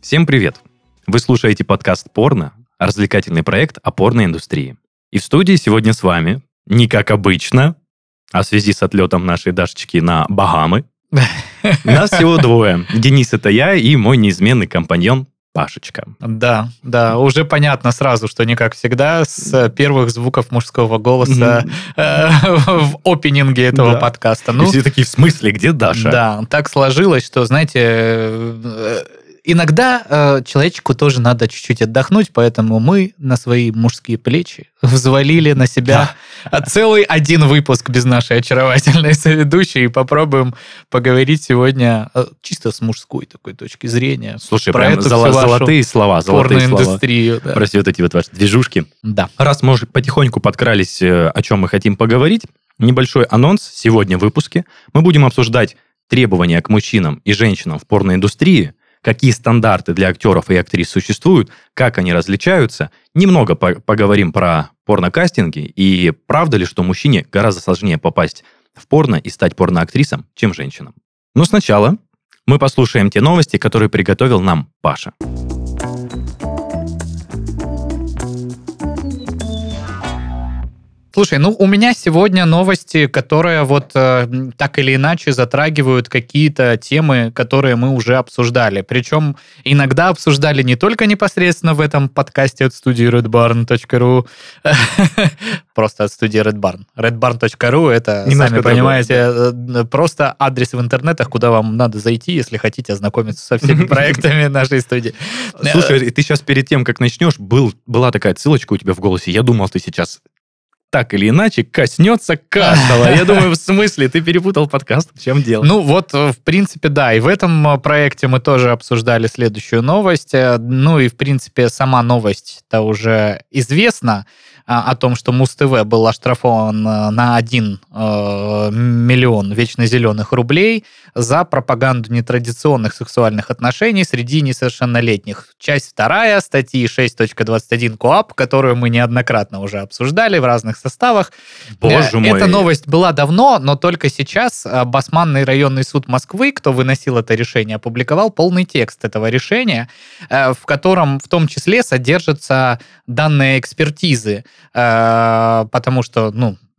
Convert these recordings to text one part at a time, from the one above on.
Всем привет! Вы слушаете подкаст «Порно», развлекательный проект о порноиндустрии. И в студии сегодня с вами, не как обычно, а в связи с отлетом нашей Дашечки на Багамы, нас всего двое. Денис — это я и мой неизменный компаньон Пашечка. Да, уже понятно сразу, что не как всегда, с первых звуков мужского голоса в опенинге этого подкаста. И все такие, в смысле, где Даша? Да, так сложилось, что, знаете, иногда человечку тоже надо чуть-чуть отдохнуть, поэтому мы на свои мужские плечи взвалили на себя целый один выпуск без нашей очаровательной соведущей и попробуем поговорить сегодня чисто с мужской такой точки зрения. Слушай, про прям эту золотые слова. Порноиндустрию. Да. Про все вот эти вот ваши движушки. Да. Раз мы уже потихоньку подкрались, о чем мы хотим поговорить, небольшой анонс. Сегодня в выпуске мы будем обсуждать требования к мужчинам и женщинам в порноиндустрии, какие стандарты для актеров и актрис существуют, как они различаются. Немного поговорим про порнокастинги и правда ли, что мужчине гораздо сложнее попасть в порно и стать порноактрисом, чем женщинам. Но сначала мы послушаем те новости, которые приготовил нам Паша. Слушай, у меня сегодня новости, которые вот так или иначе затрагивают какие-то темы, которые мы уже обсуждали. Причем иногда обсуждали не только непосредственно в этом подкасте от студии redbarn.ru, просто от студии Red Barn. redbarn.ru — это, сами понимаете, просто адрес в интернетах, куда вам надо зайти, если хотите ознакомиться со всеми проектами нашей студии. Слушай, ты сейчас перед тем, как начнешь, была такая ссылочка у тебя в голосе. Я думал, ты сейчас так или иначе коснется каждого. Я думаю, в смысле, ты перепутал подкаст? В чем дело? В принципе, да. И в этом проекте мы тоже обсуждали следующую новость. И, в принципе, сама новость-то уже известна о том, что Муз-ТВ был оштрафован на 1 миллион вечно зеленых рублей за пропаганду нетрадиционных сексуальных отношений среди несовершеннолетних. Часть 2 статьи 6.21 КоАП, которую мы неоднократно уже обсуждали в разных составах. Боже мой. Эта новость была давно, но только сейчас Басманный районный суд Москвы, кто выносил это решение, опубликовал полный текст этого решения, в котором в том числе содержатся данные экспертизы, потому что,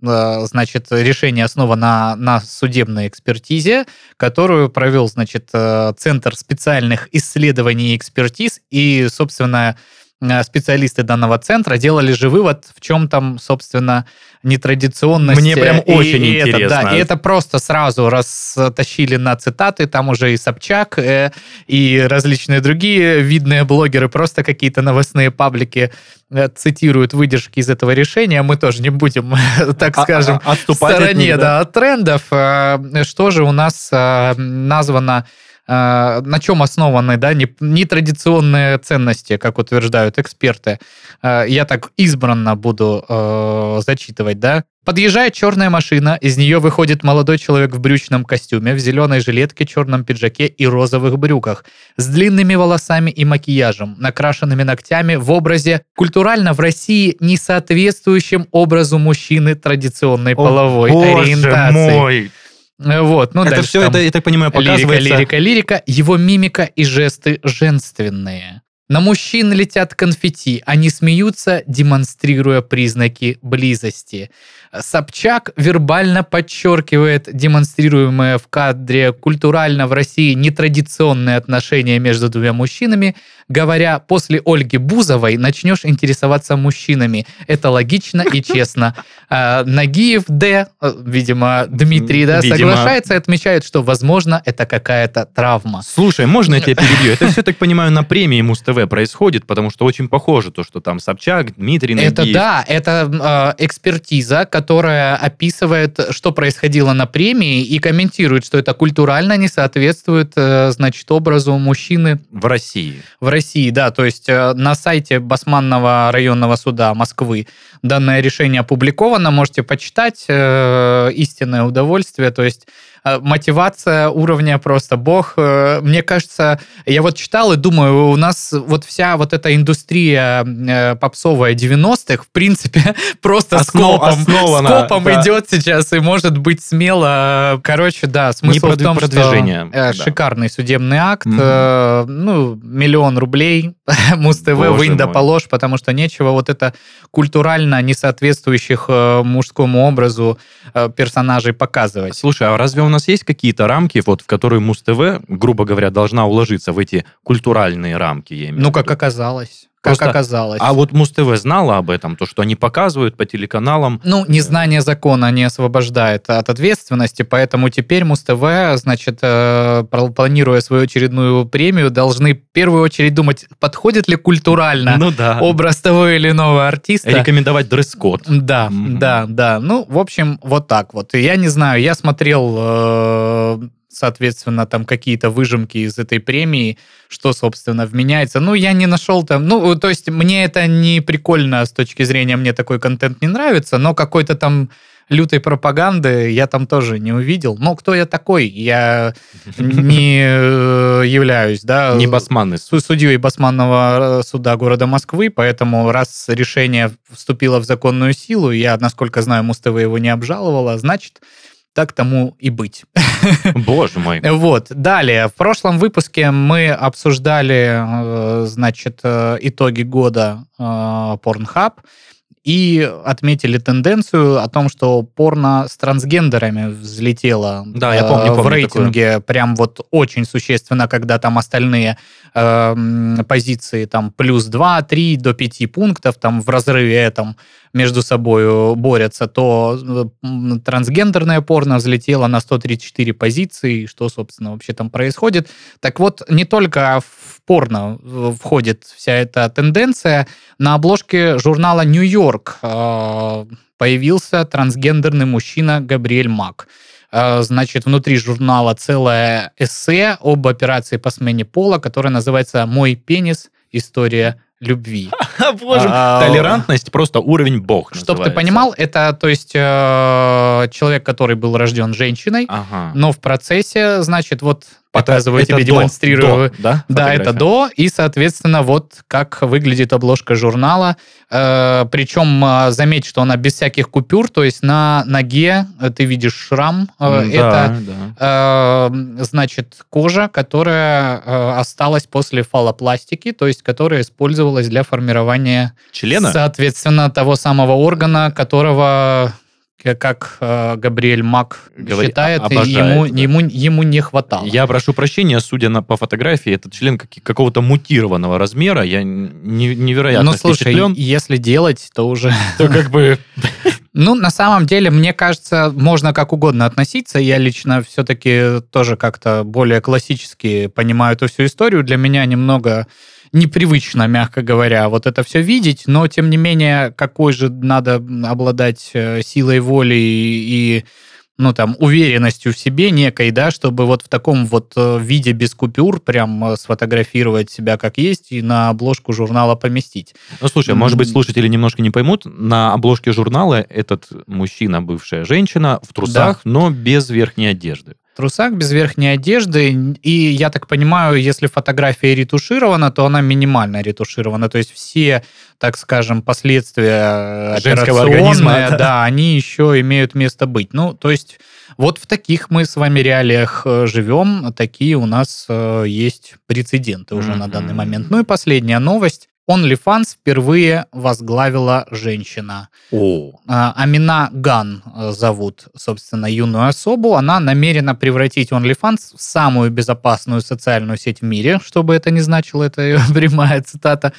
решение основано на судебной экспертизе, которую провел, Центр специальных исследований и экспертиз, и, собственно, специалисты данного центра делали же вывод, в чем там, собственно, нетрадиционность. Мне прям очень интересно. И это просто сразу растащили на цитаты, там уже и Собчак, и различные другие видные блогеры, просто какие-то новостные паблики цитируют выдержки из этого решения. Мы тоже не будем, так скажем, в стороне от трендов. Что же у нас названо, на чем основаны, нетрадиционные ценности, как утверждают эксперты. Я так избранно буду зачитывать, Подъезжает черная машина, из нее выходит молодой человек в брючном костюме, в зеленой жилетке, черном пиджаке и розовых брюках, с длинными волосами и макияжем, накрашенными ногтями в образе, культурально в России не соответствующем образу мужчины традиционной половой ориентации. Боже мой! Это дальше все, это, я так понимаю, показывается... Лирика, его мимика и жесты женственные. На мужчин летят конфетти, они смеются, демонстрируя признаки близости. Собчак вербально подчеркивает демонстрируемые в кадре культурально в России нетрадиционные отношения между двумя мужчинами, говоря, после Ольги Бузовой начнешь интересоваться мужчинами. Это логично и честно. Нагиев Д, видимо, Дмитрий, соглашается и отмечает, что, возможно, это какая-то травма. Слушай, можно я тебя перебью? Это все, так понимаю, на премии Муз-ТВ происходит, потому что очень похоже то, что там Собчак, Дмитрий, Нагиев. Это экспертиза, которая описывает, что происходило на премии, и комментирует, что это культурально не соответствует, образу мужчины в России. В России, да, то есть на сайте Басманного районного суда Москвы данное решение опубликовано, можете почитать, истинное удовольствие, то есть мотивация уровня просто бог. Мне кажется, я вот читал и думаю, у нас вот вся вот эта индустрия попсовая 90-х, в принципе, просто скопом да. идет сейчас, и может быть смело. Короче, да, смысл в том, продвижение, что шикарный судебный акт, Мгм. 1 000 000 рублей, Муз-ТВ, Боже вынь да мой. положь, потому что нечего вот это культурально не соответствующих мужскому образу персонажей показывать. Слушай, а разве у нас есть какие-то рамки, вот, в которые Муз-ТВ, грубо говоря, должна уложиться в эти культуральные рамки, я имею Ну, в как виду? оказалось. Просто- оказалось. А вот Муз-ТВ знала об этом, то, что они показывают по телеканалам? Ну, незнание закона не освобождает от ответственности, поэтому теперь Муз-ТВ, значит, планируя свою очередную премию, должны в первую очередь думать, подходит ли культурально Ну да. образ того или иного артиста. Рекомендовать дресс-код. Да, Мгм. да. Ну, в общем, вот так вот. И я не знаю, я смотрел, соответственно, там какие-то выжимки из этой премии, что, собственно, вменяется. Ну, я не нашел там... Ну, то есть мне это не прикольно с точки зрения, мне такой контент не нравится, но какой-то там лютой пропаганды я там тоже не увидел. Ну, кто я такой? Я не являюсь, да... Не басманы. Судьей Басманного суда города Москвы, поэтому раз решение вступило в законную силу, я, насколько знаю, Муз-ТВ его не обжаловала, значит, так тому и быть. Боже мой. Вот. Далее. В прошлом выпуске мы обсуждали, значит, итоги года Pornhub и отметили тенденцию о том, что порно с трансгендерами взлетело Да, я помню в рейтинге прям вот очень существенно, когда там остальные позиции там плюс 2, 3 до 5 пунктов там в разрыве этом между собой борются, то трансгендерное порно взлетело на 134 позиции, что, собственно, вообще там происходит. Так вот, не только в порно входит вся эта тенденция. На обложке журнала «Нью-Йорк» появился трансгендерный мужчина Габриэль Мак. Значит, внутри журнала целое эссе об операции по смене пола, которая называется «Мой пенис. История любви». Боже, толерантность просто уровень бог. Чтобы ты понимал, это, то есть, человек, который был рожден женщиной, Ага. но в процессе, значит, вот показываю Это тебе, до, демонстрирую. да? Да, это Фотография? до, и, соответственно, вот как выглядит обложка журнала. Причем, заметь, что она без всяких купюр, то есть на ноге ты видишь шрам. Это, Да. значит, кожа, которая осталась после фалопластики, то есть которая использовалась для формирования, Члена? соответственно, того самого органа, которого, как Габриэль Мак считает, обожает, да. ему не хватало. Я прошу прощения, судя по фотографии, этот член какого-то мутированного размера. Я невероятно Ну, слушай, впечатлен. если делать, то уже... То как бы... Ну, на самом деле, мне кажется, можно как угодно относиться. Я лично все-таки тоже как-то более классически понимаю эту всю историю. Для меня немного непривычно, мягко говоря, вот это все видеть, но, тем не менее, какой же надо обладать силой воли и ну, там, уверенностью в себе некой, да, чтобы вот в таком вот виде без купюр прям сфотографировать себя как есть и на обложку журнала поместить. Ну, слушай, может быть, слушатели немножко не поймут. На обложке журнала этот мужчина, бывшая женщина, в трусах, но без верхней одежды. В трусах, без верхней одежды. И я так понимаю, если фотография ретуширована, то она минимально ретуширована. То есть все, так скажем, последствия женского операционные, организма, да, они еще имеют место быть. Ну, то есть вот в таких мы с вами реалиях живем, такие у нас есть прецеденты уже на данный момент. Ну и последняя новость. OnlyFans впервые возглавила женщина. Амина Ган зовут, собственно, юную особу. Она намерена превратить OnlyFans в самую безопасную социальную сеть в мире, что бы это ни значило, это ее прямая цитата.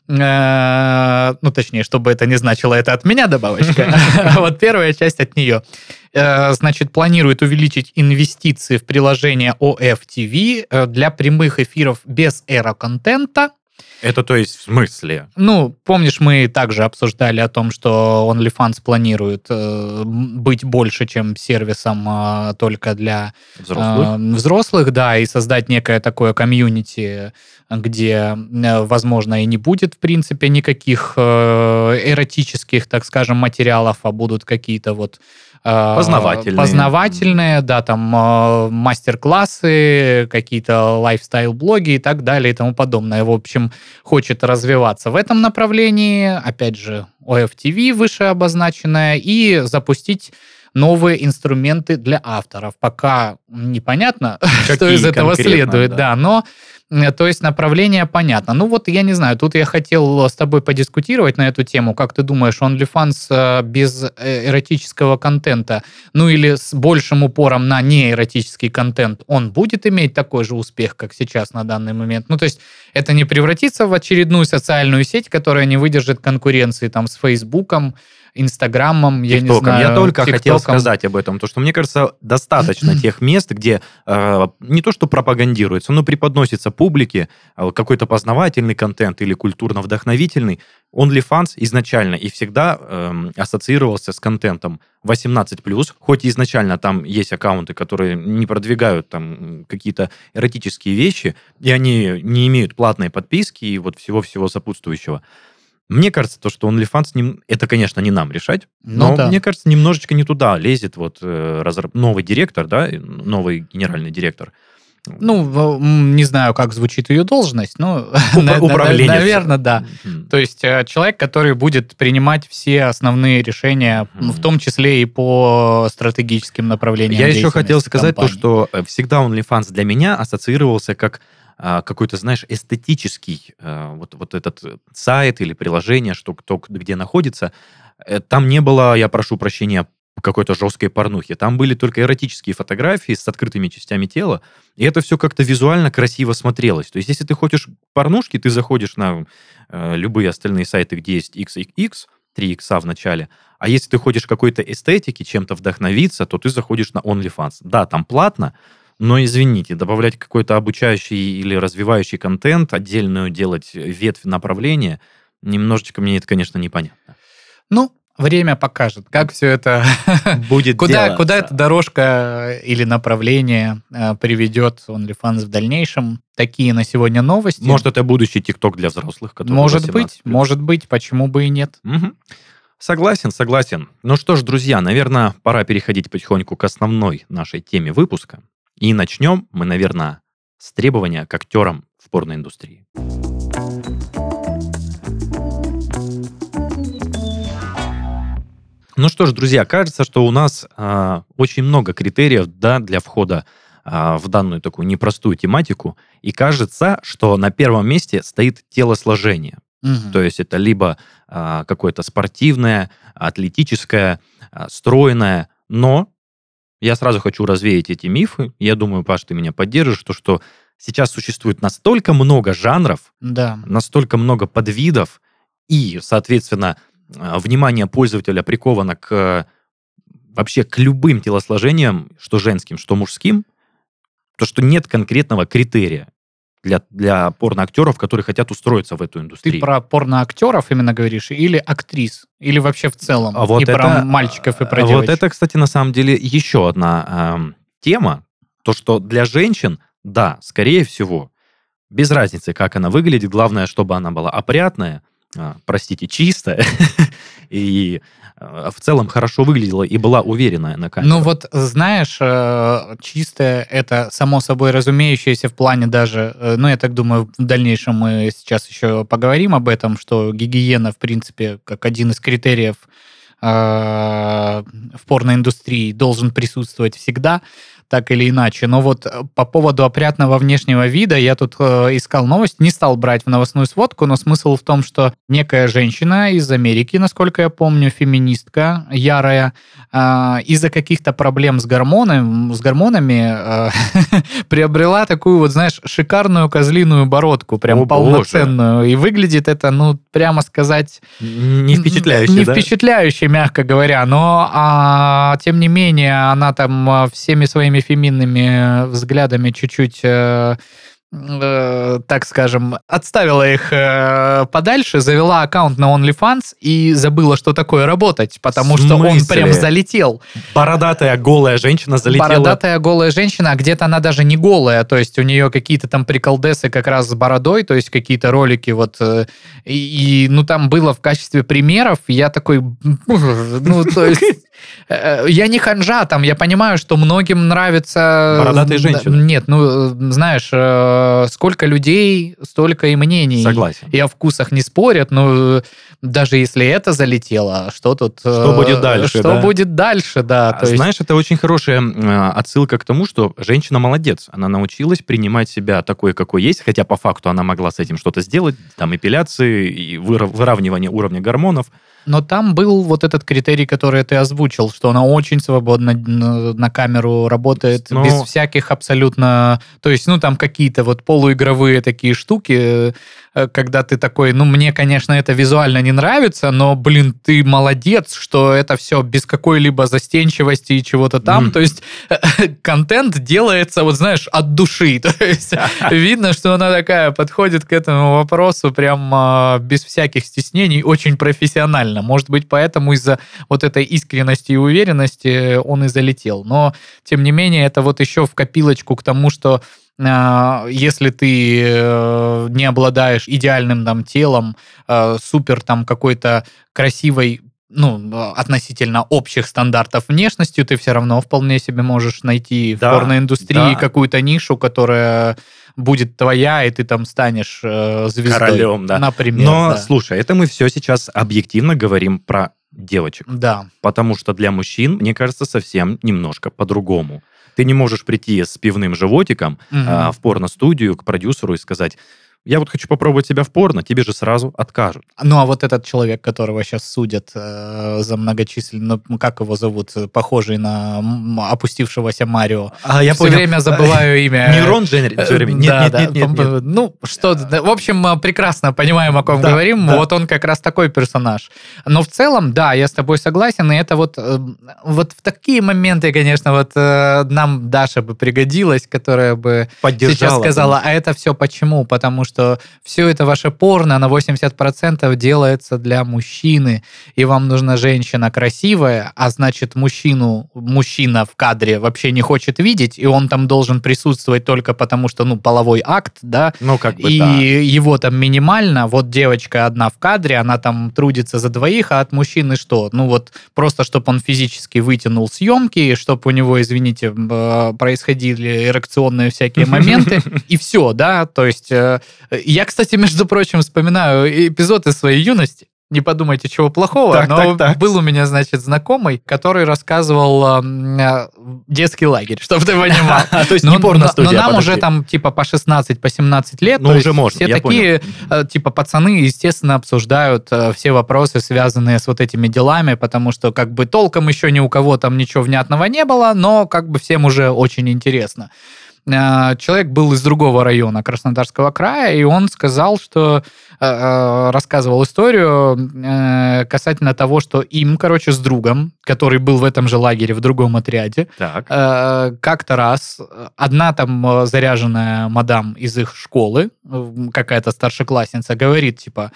Ну, точнее, чтобы это не значило, это от меня добавочка. Вот первая часть от нее. Значит, планирует увеличить инвестиции в приложение OF TV для прямых эфиров без эро-контента. Это то есть в смысле? Ну, помнишь, мы также обсуждали о том, что OnlyFans планирует быть больше, чем сервисом только для взрослых, да, и создать некое такое комьюнити, где, возможно, и не будет, в принципе, никаких эротических, так скажем, материалов, а будут какие-то вот познавательные, да, там мастер-классы, какие-то лайфстайл-блоги и так далее и тому подобное. В общем, хочет развиваться в этом направлении, опять же, OFTV выше обозначенное, и запустить новые инструменты для авторов. Пока непонятно, что из этого следует, да, но то есть направление понятно. Ну вот, я не знаю, тут я хотел с тобой подискутировать на эту тему. Как ты думаешь, OnlyFans без эротического контента, ну или с большим упором на неэротический контент, он будет иметь такой же успех, как сейчас на данный момент? Ну то есть это не превратится в очередную социальную сеть, которая не выдержит конкуренции там с Фейсбуком, Инстаграмом, я не знаю, Я только ТикТоком. хотел сказать об этом, то, что, мне кажется, достаточно тех мест, где не то, что пропагандируется, но преподносится публике какой-то познавательный контент или культурно-вдохновительный. OnlyFans изначально и всегда ассоциировался с контентом 18+, хоть изначально там есть аккаунты, которые не продвигают там какие-то эротические вещи, и они не имеют платной подписки и вот всего-всего сопутствующего. Мне кажется, то, что OnlyFans, это, конечно, не нам решать, но мне кажется, немножечко не туда лезет вот новый директор, да, новый генеральный директор. Ну, не знаю, как звучит ее должность, но, управленец. наверное, да. То есть человек, который будет принимать все основные решения, в том числе и по стратегическим направлениям. Я еще хотел сказать то, что всегда OnlyFans для меня ассоциировался как какой-то, знаешь, эстетический вот этот сайт или приложение, что кто где находится. Там не было, я прошу прощения, какой-то жесткой порнухи. Там были только эротические фотографии с открытыми частями тела, и это все как-то визуально красиво смотрелось. То есть, если ты хочешь порнушки, ты заходишь на любые остальные сайты, где есть XXX, 3 икса в начале, а если ты хочешь какой-то эстетики, чем-то вдохновиться, то ты заходишь на OnlyFans. Да, там платно, но, извините, добавлять какой-то обучающий или развивающий контент, отдельную делать ветвь направления, немножечко мне это, конечно, непонятно. Ну, время покажет, как все это будет куда эта дорожка или направление приведет OnlyFans в дальнейшем. Такие на сегодня новости. Может, это будущий ТикТок для взрослых, который может быть, почему бы и нет. Согласен. Ну что ж, друзья, наверное, пора переходить потихоньку к основной нашей теме выпуска. И начнем мы, наверное, с требования к актерам в порноиндустрии. Ну что ж, друзья, кажется, что у нас очень много критериев, да, для входа в данную такую непростую тематику. И кажется, что на первом месте стоит телосложение. То есть это либо какое-то спортивное, атлетическое, стройное, но я сразу хочу развеять эти мифы. Я думаю, Паш, ты меня поддержишь, что сейчас существует настолько много жанров, настолько много подвидов, и, соответственно, внимание пользователя приковано вообще к любым телосложениям, что женским, что мужским, то, что нет конкретного критерия для порноактеров, которые хотят устроиться в эту индустрию. Ты про порноактеров именно говоришь или актрис? Или вообще в целом? Про мальчиков и про девочек? Вот это, кстати, на самом деле еще одна тема. То, что для женщин, да, скорее всего, без разницы, как она выглядит, главное, чтобы она была опрятная, чистая, и в целом хорошо выглядела и была уверенная на камеру. Ну вот, знаешь, чистая, это само собой разумеющееся в плане даже, ну я так думаю, в дальнейшем мы сейчас еще поговорим об этом, что гигиена, в принципе, как один из критериев в порноиндустрии должен присутствовать всегда, так или иначе. Но вот по поводу опрятного внешнего вида я тут искал новость, не стал брать в новостную сводку, но смысл в том, что некая женщина из Америки, насколько я помню, феминистка ярая, из-за каких-то проблем с гормонами приобрела такую вот, знаешь, шикарную козлиную бородку, прям полноценную. Боже. И выглядит это, ну, прямо сказать... Не впечатляюще, Не впечатляюще, мягко говоря, но, тем не менее, она там всеми своими феминными взглядами чуть-чуть, так скажем, отставила их подальше, завела аккаунт на OnlyFans и забыла, что такое работать, потому что он прям залетел. Бородатая голая женщина залетела. Бородатая голая женщина, а где-то она даже не голая, то есть у нее какие-то там приколдесы как раз с бородой, то есть какие-то ролики вот, и ну там было в качестве примеров, я такой, ну то есть... Я не ханжа, там, я понимаю, что многим нравится... Бородатые женщины. Нет, знаешь, сколько людей, столько и мнений. Согласен. И о вкусах не спорят, но даже если это залетело, что тут... Что будет дальше, Что будет дальше, да. Знаешь, это очень хорошая отсылка к тому, что женщина молодец. Она научилась принимать себя такой, какой есть, хотя по факту она могла с этим что-то сделать, там эпиляции, и выравнивание уровня гормонов. Но там был вот этот критерий, который ты озвучил, что она очень свободно на камеру работает, без всяких абсолютно... То есть, там какие-то вот полуигровые такие штуки, когда ты такой, мне, конечно, это визуально не нравится, но, блин, ты молодец, что это все без какой-либо застенчивости и чего-то там. То есть, контент делается, вот знаешь, от души. То есть, видно, что она такая подходит к этому вопросу прям без всяких стеснений, очень профессионально. Может быть, поэтому из-за вот этой искренности и уверенности он и залетел. Но, тем не менее, это вот еще в копилочку к тому, что если ты не обладаешь идеальным там телом, супер там какой-то красивой, относительно общих стандартов внешностью, ты все равно вполне себе можешь найти в порноиндустрии какую-то нишу, которая будет твоя, и ты там станешь звездой. Королем, да. Например. Но, слушай, это мы все сейчас объективно говорим про девочек. Да. Потому что для мужчин, мне кажется, совсем немножко по-другому. Ты не можешь прийти с пивным животиком в порно-студию к продюсеру и сказать: я вот хочу попробовать себя в порно, тебе же сразу откажут. А вот этот человек, которого сейчас судят за многочисленные, как его зовут, похожий на опустившегося Марио. Я все время забываю имя. Не Рон Дженнер? Нет. В общем, прекрасно понимаем, о ком говорим. Да. Вот он как раз такой персонаж. Но в целом, да, я с тобой согласен, и это вот в такие моменты, конечно, вот нам Даша бы пригодилась, которая бы сейчас сказала, а это все почему? Потому что все это ваше порно на 80% делается для мужчины, и вам нужна женщина красивая, а значит, мужчина в кадре вообще не хочет видеть, и он там должен присутствовать только потому, что, половой акт, да, его там минимально. Вот девочка одна в кадре, она там трудится за двоих, а от мужчины что? Просто, чтобы он физически вытянул съемки, чтобы у него, извините, происходили эрекционные всякие моменты, и все, да, то есть... Я, кстати, между прочим, вспоминаю эпизод из своей юности. Не подумайте, чего плохого, но был у меня, значит, знакомый, который рассказывал детский лагерь, чтобы ты понимал. То есть не порно-студия. Но нам уже там типа по 16, по 17 лет. Ну, уже можно, все такие, типа, пацаны, естественно, обсуждают все вопросы, связанные с вот этими делами, потому что как бы толком еще ни у кого там ничего внятного не было, но как бы всем уже очень интересно. Человек был из другого района Краснодарского края, и он сказал, что рассказывал историю касательно того, что им, с другом, который был в этом же лагере, в другом отряде, как-то раз одна там заряженная мадам из их школы, какая-то старшеклассница, говорит, типа,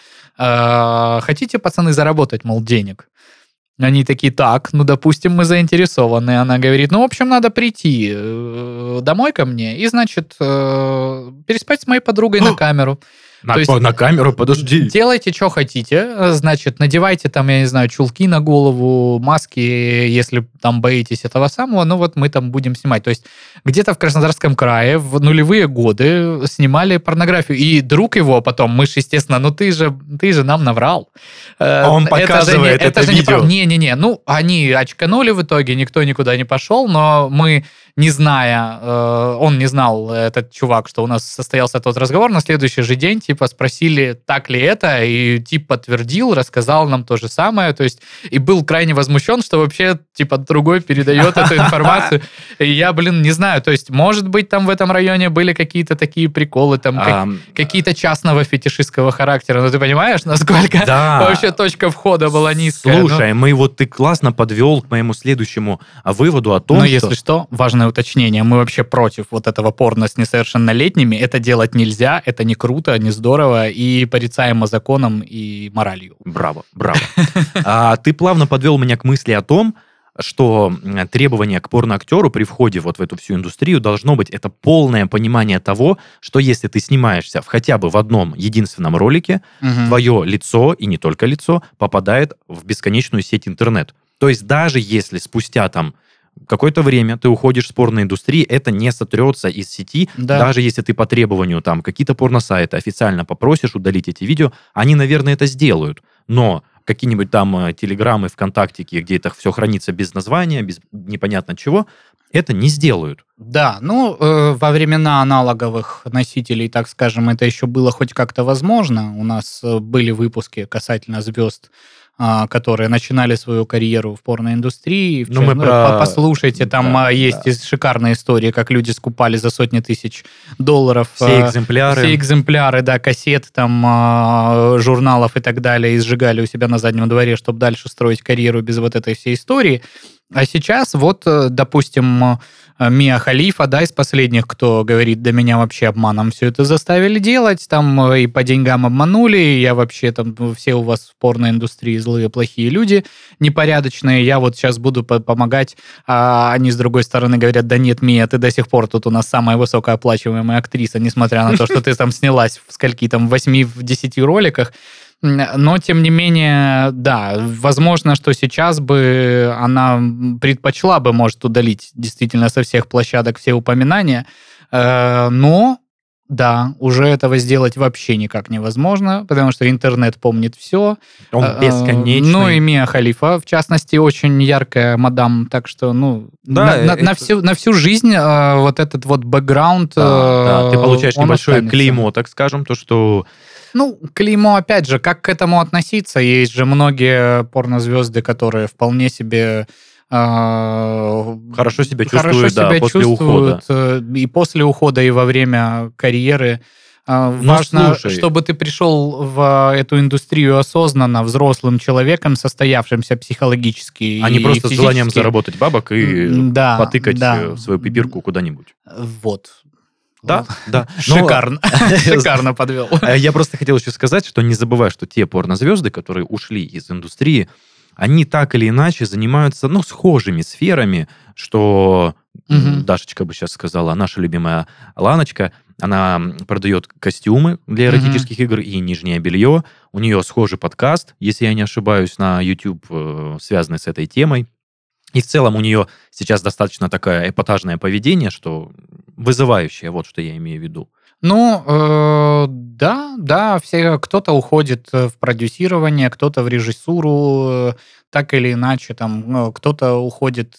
хотите, пацаны, заработать, мол, денег? Они такие, так, допустим, мы заинтересованы. Она говорит, в общем, надо прийти домой ко мне и, значит, переспать с моей подругой на камеру. На камеру, подожди. Делайте, что хотите. Значит, надевайте там, я не знаю, чулки на голову, маски, если там боитесь этого самого, мы там будем снимать. То есть где-то в Краснодарском крае в нулевые годы снимали порнографию. И друг его потом, мы же, естественно, ты же нам наврал. А он показывает это видео. Не-не-не, они очканули в итоге, никто никуда не пошел, но мы, не зная, он не знал, этот чувак, что у нас состоялся тот разговор, на следующий же день, спросили, так ли это, и тип подтвердил, рассказал нам то же самое, то есть, и был крайне возмущен, что вообще, другой передает эту информацию. И я, не знаю, то есть, может быть, там в этом районе были какие-то такие приколы, там, какие-то частного фетишистского характера, но ты понимаешь, насколько вообще точка входа была низкая. Слушай, ты классно подвел к моему следующему выводу о том, что... если что, важное уточнение, мы вообще против вот этого порно с несовершеннолетними, это делать нельзя, это не круто, не здорово и порицаемо законом и моралью. Браво. Ты плавно подвел меня к мысли о том, что требование к порноактеру при входе в эту всю индустрию должно быть это полное понимание того, что если ты снимаешься хотя бы в одном единственном ролике, твое лицо, и не только лицо, попадает в бесконечную сеть интернет. То есть даже если спустя там какое-то время ты уходишь с порноиндустрии, это не сотрется из сети, Да. даже если ты по требованию там какие-то порносайты официально попросишь удалить эти видео, они, наверное, это сделают. Но какие-нибудь там телеграммы, ВКонтактики, где это все хранится без названия, без непонятно чего, это не сделают. Да, во времена аналоговых носителей, так скажем, это еще было хоть как-то возможно. У нас были выпуски касательно звезд, которые начинали свою карьеру в порноиндустрии. Ну, мы Послушайте, там Да, есть да. шикарные истории, как люди скупали за сотни тысяч долларов Все экземпляры. все экземпляры, да, кассет, там, журналов и так далее, и сжигали у себя на заднем дворе, чтобы дальше строить карьеру без вот этой всей истории. А сейчас вот, допустим, Мия Халифа, да, из последних, кто говорит, да меня вообще обманом все это заставили делать, там и по деньгам обманули, я вообще там, все у вас в порноиндустрии злые, плохие люди, непорядочные, я вот сейчас буду помогать, а они с другой стороны говорят, да нет, Мия, ты до сих пор тут у нас самая высокооплачиваемая актриса, несмотря на то, что ты там снялась в скольки там, 8-10 роликах. Но, тем не менее, да, возможно, что сейчас бы она предпочла бы, может, удалить действительно со всех площадок все упоминания, но, да, уже этого сделать вообще никак невозможно, потому что интернет помнит все. Он бесконечный. Ну, и Мия Халифа, в частности, очень яркая мадам, так что, Да, на всю жизнь вот этот вот бэкграунд, да, ты получаешь он небольшое останется. клеймо, так скажем, то, что... Клеймо, опять же, как к этому относиться? Есть же многие порнозвезды, которые вполне себе Хорошо себя хорошо чувствуют, да, себя после ухода. чувствуют, и после ухода, и во время карьеры. Важно, слушай. чтобы ты пришел в эту индустрию осознанно, взрослым человеком, состоявшимся психологически А не и просто с желанием физически. заработать бабок и Да, потыкать да. свою пипирку куда-нибудь. Вот. Да, да. Шикарно. Шикарно подвел. Я просто хотел еще сказать, что не забывай, что те порнозвезды, которые ушли из индустрии, они так или иначе занимаются, схожими сферами, что Дашечка бы сейчас сказала, наша любимая Ланочка, она продает костюмы для эротических игр и нижнее белье. У нее схожий подкаст, если я не ошибаюсь, на YouTube, связанный с этой темой. И в целом у нее сейчас достаточно такое эпатажное поведение, что вызывающее, вот что я имею в виду. Да, кто-то уходит в продюсирование, кто-то в режиссуру, так или иначе, там, кто-то уходит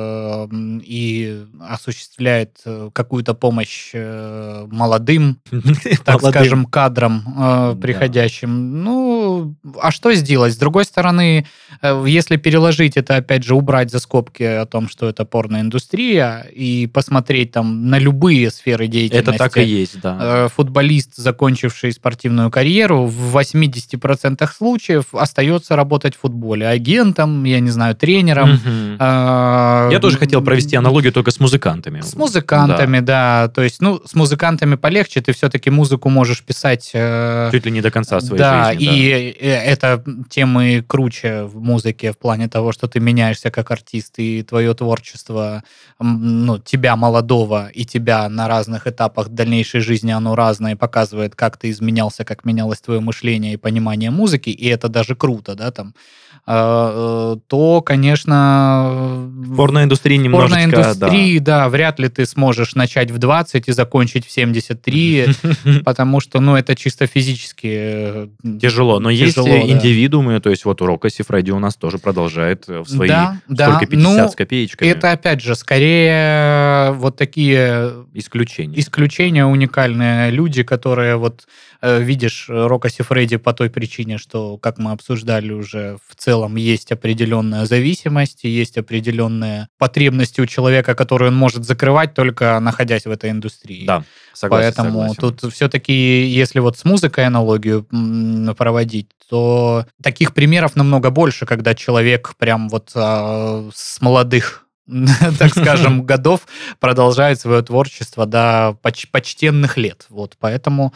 и осуществляет какую-то помощь молодым, так скажем, кадрам приходящим. А что сделать? С другой стороны, если переложить это, опять же, убрать за скобки о том, что это порноиндустрия, и посмотреть там на любые сферы деятельности. Это так и есть, да. Футболист, закончивший спортивную карьеру, в 80% случаев остается работать в футболе. Агентом, я не знаю, тренером. Я тоже хотел провести аналогию только с музыкантами. С музыкантами, да. То есть, с музыкантами полегче, ты все-таки музыку можешь писать... Чуть ли не до конца своей жизни. Да, и это тем и круче в музыке в плане того, что ты меняешься как артист, и твое творчество, тебя молодого и тебя на разных этапах дальнейшей жизни, оно разное, показывает, как ты изменялся, как менялось твое мышление и понимание музыки, и это даже круто, да, там, то, конечно... В порноиндустрии немножечко, порноиндустрии, да, вряд ли ты сможешь начать в 20 и закончить в 73, потому что, это чисто физически тяжело. Но есть индивидуумы, то есть вот Рокко Сифреди у нас тоже продолжает в свои сколько, 50 с копеечками. Это, опять же, скорее вот такие... Исключения, уникальные люди, которые видишь Рокко Сифреди по той причине, что, как мы обсуждали уже, в целом есть определенная зависимость, есть определенные потребности у человека, которые он может закрывать, только находясь в этой индустрии. Да, согласен. Поэтому тут все-таки, если с музыкой аналогию проводить, то таких примеров намного больше, когда человек прям с молодых так скажем, годов продолжает свое творчество до почтенных лет. Поэтому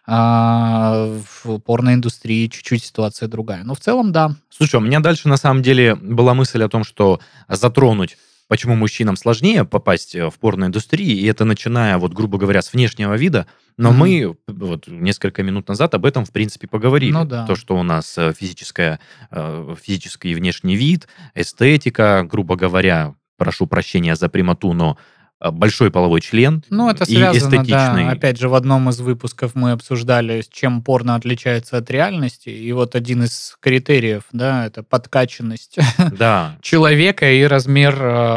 в порноиндустрии чуть-чуть ситуация другая. Но в целом, да. Слушай, у меня дальше на самом деле была мысль о том, что затронуть почему мужчинам сложнее попасть в порноиндустрию, и это начиная, вот, грубо говоря, с внешнего вида, но мы вот несколько минут назад об этом, в принципе, поговорили. Ну да. То, что у нас физический и внешний вид, эстетика, грубо говоря, прошу прощения за прямоту, но большой половой член Ну, это и связано, эстетичный. да. Опять же, в одном из выпусков мы обсуждали, с чем порно отличается от реальности. И вот один из критериев, да, это подкачанность Да, человека и размер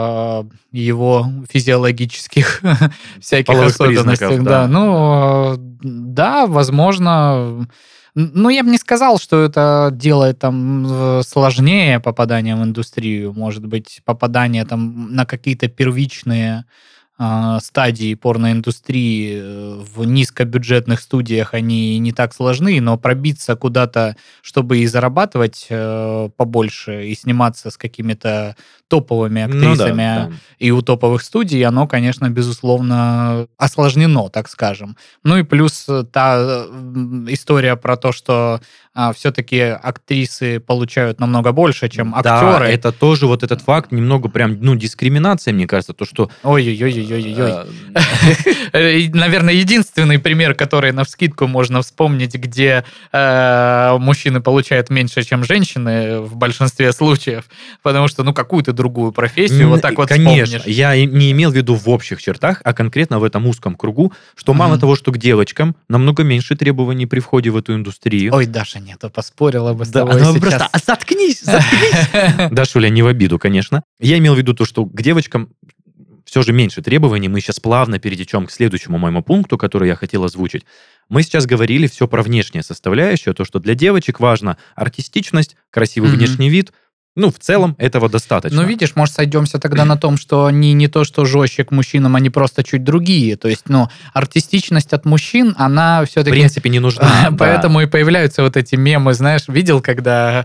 его физиологических всяких половых особенностей. признаков, Да, да. ну, да, возможно. Ну, я бы не сказал, что это делает там сложнее попадание в индустрию. Может быть, попадание там на какие-то первичные стадии порноиндустрии в низкобюджетных студиях, они не так сложны, но пробиться куда-то, чтобы и зарабатывать побольше, и сниматься с какими-то топовыми Ну да, актрисами да. и у топовых студий, оно, конечно, безусловно, осложнено, так скажем. Ну и плюс та история про то, что все-таки актрисы получают намного больше, чем Да, актеры. это тоже вот этот факт немного прям, дискриминация, мне кажется, то, что... Ой-ой-ой-ой-ой-ой. Наверное, единственный пример, который навскидку можно вспомнить, где мужчины получают меньше, чем женщины в большинстве случаев, потому что, какую-то другую профессию вот так вот Конечно, вспомнишь. я не имел в виду в общих чертах, а конкретно в этом узком кругу, что мало того, что к девочкам намного меньше требований при входе в эту индустрию. Ой, Даша, нет, поспорила бы с Да, тобой она сейчас. просто заткнись. Да, Шуля, не в обиду, конечно. Я имел в виду то, что к девочкам все же меньше требований. Мы сейчас плавно перейдем к следующему моему пункту, который я хотел озвучить. Мы сейчас говорили все про внешнее составляющее, то, что для девочек важно артистичность, красивый внешний вид. В целом этого достаточно. Ну, видишь, может, сойдемся тогда на том, что они не то, что жестче к мужчинам, они просто чуть другие. То есть, артистичность от мужчин, она В все-таки... принципе, не нужна. да. Поэтому и появляются вот эти мемы, знаешь, видел, когда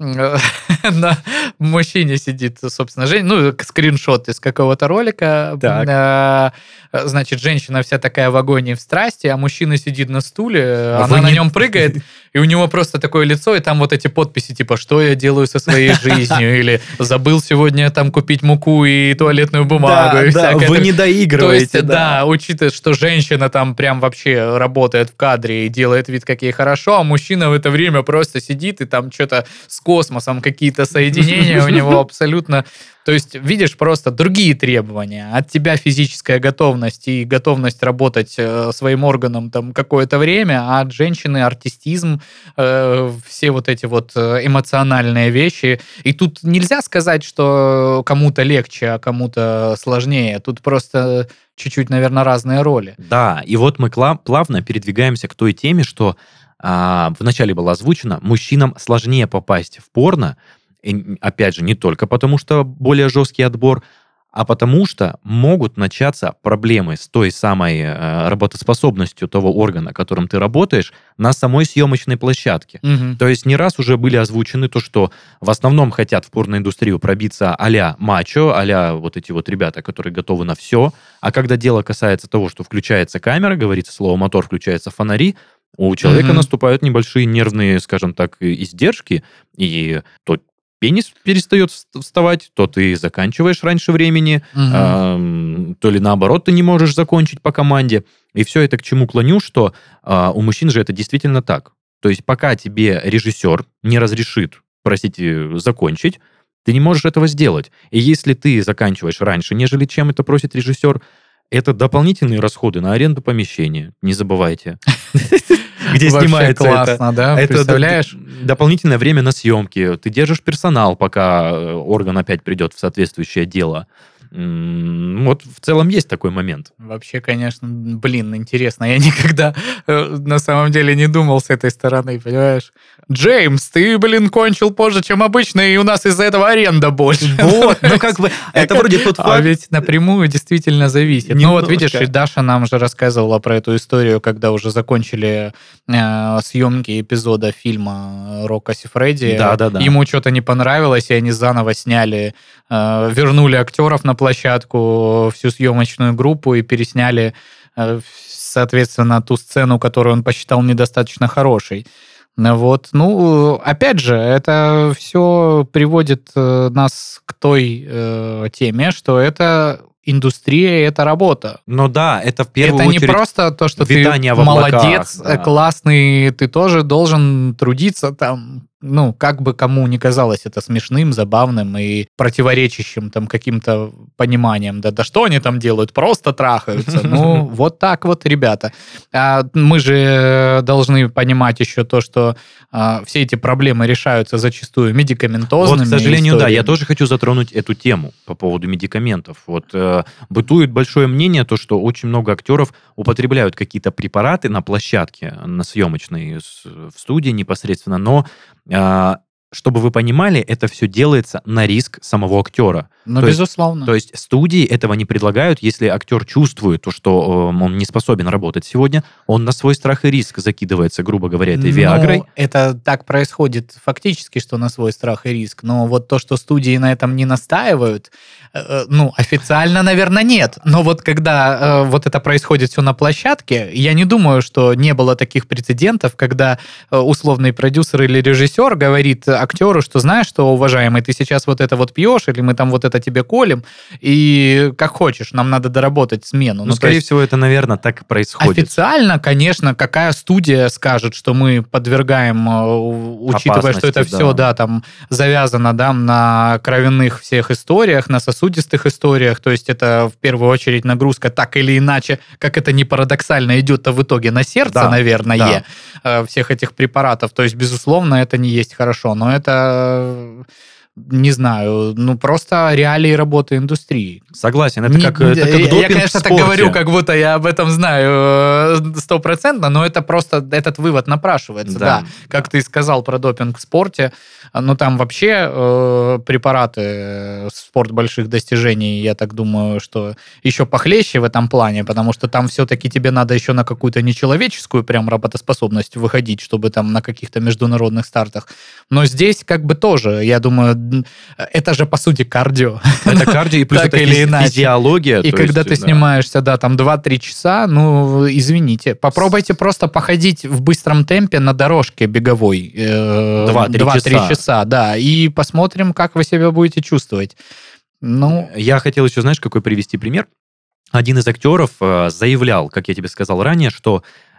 на мужчине сидит, собственно, скриншот из какого-то ролика. Значит, женщина вся такая в агонии, в страсти, а мужчина сидит на стуле, она на нем прыгает, и у него просто такое лицо, и там вот эти подписи, типа, что я делаю со своей жизнью, или забыл сегодня там купить муку и туалетную бумагу. и всякое вы такое. не доигрываете. То есть, да, учитывая, что женщина там прям вообще работает в кадре и делает вид, как ей хорошо, а мужчина в это время просто сидит и там что-то с космосом, какие-то соединения у него абсолютно... То есть, видишь, просто другие требования. От тебя физическая готовность и готовность работать своим органом там какое-то время, а от женщины артистизм, все вот эти вот эмоциональные вещи. И тут нельзя сказать, что кому-то легче, а кому-то сложнее. Тут просто чуть-чуть, наверное, разные роли. Да, и вот мы плавно передвигаемся к той теме, что вначале было озвучено, мужчинам сложнее попасть в порно, и, опять же, не только потому, что более жесткий отбор, а потому что могут начаться проблемы с той самой работоспособностью того органа, которым ты работаешь, на самой съемочной площадке. То есть не раз уже были озвучены то, что в основном хотят в порноиндустрию пробиться а-ля мачо, а-ля вот эти вот ребята, которые готовы на все, а когда дело касается того, что включается камера, говорится слово мотор, включаются фонари, у человека наступают небольшие нервные, скажем так, издержки, и то пенис перестает вставать, то ты заканчиваешь раньше времени, то ли наоборот ты не можешь закончить по команде. И все это к чему клоню, что у мужчин же это действительно так. То есть пока тебе режиссер не разрешит, простите, закончить, ты не можешь этого сделать. И если ты заканчиваешь раньше, нежели чем это просит режиссер, это дополнительные расходы на аренду помещения. Не забывайте. Где снимается это. Вообще классно, да? Представляешь? Дополнительное время на съемки. Ты держишь персонал, пока орган опять придет в соответствующее дело. Вот в целом есть такой момент. Вообще, конечно, интересно. Я никогда на самом деле не думал с этой стороны, понимаешь? Джеймс, ты, кончил позже, чем обычно, и у нас из-за этого аренда больше. Вот, как бы, это вроде тот факт. А ведь напрямую действительно зависит. Ну вот видишь, и Даша нам же рассказывала про эту историю, когда уже закончили съемки эпизода фильма «Рокко Сиффредди». Да. Ему что-то не понравилось, и они заново сняли, вернули актеров на площадку, всю съемочную группу и пересняли, соответственно, ту сцену, которую он посчитал недостаточно хорошей. Вот, ну, опять же, это все приводит нас к той теме, что это индустрия, это работа. Но да, это в первую Это не очередь просто то, что ты витание в облаках. молодец, Да. классный, ты тоже должен трудиться там, ну, как бы кому ни казалось это смешным, забавным и противоречащим там каким-то пониманием. Да что они там делают? Просто трахаются. Ну, вот так вот, ребята. Мы же должны понимать еще то, что все эти проблемы решаются зачастую медикаментозными Вот, к сожалению, да, я историями. тоже хочу затронуть эту тему по поводу медикаментов. Вот бытует большое мнение, то, что очень много актеров употребляют какие-то препараты на площадке, на съемочной, в студии непосредственно, но чтобы вы понимали, это все делается на риск самого актера. Ну, То есть безусловно. То есть студии этого не предлагают, если актер чувствует то, что он не способен работать сегодня, он на свой страх и риск закидывается, грубо говоря, этой Виагрой. Ну, это так происходит фактически, что на свой страх и риск. Но вот то, что студии на этом не настаивают, ну, официально, наверное, нет. Но вот когда вот это происходит все на площадке, я не думаю, что не было таких прецедентов, когда условный продюсер или режиссер говорит актеру, что знаешь что, уважаемый, ты сейчас вот это вот пьешь, или мы там вот это тебе колем, и как хочешь, нам надо доработать смену. Ну, скорее всего, это, наверное, так и происходит. Официально, конечно, какая студия скажет, что мы подвергаем, учитывая, что это Опасности, все, да. да, там завязано, да, на кровяных всех историях, на сосудистых историях, то есть это в первую очередь нагрузка так или иначе, как это ни парадоксально, идет-то в итоге на сердце, Да, наверное, да. всех этих препаратов. То есть, безусловно, это не есть хорошо, но это, не знаю, ну просто реалии работы индустрии. Согласен, это как Я, допинг конечно, в так спорте. говорю, как будто я об этом знаю стопроцентно, но это просто, этот вывод напрашивается, да. Как ты сказал про допинг в спорте, ну там вообще препараты, спорт больших достижений, я так думаю, что еще похлеще в этом плане, потому что там все-таки тебе надо еще на какую-то нечеловеческую прям работоспособность выходить, чтобы там на каких-то международных стартах. Но здесь как бы тоже, я думаю, это же по сути кардио. Это кардио, и плюс Так это или иначе. физиология. И то когда есть, ты да. снимаешься, да, там 2-3 часа, ну, извините, попробуйте просто походить в быстром темпе на дорожке беговой 2-3 часа, да, и посмотрим, как вы себя будете чувствовать. Ну, Я хотел еще, знаешь, какой привести пример? Один из актеров заявлял, как я тебе сказал ранее, что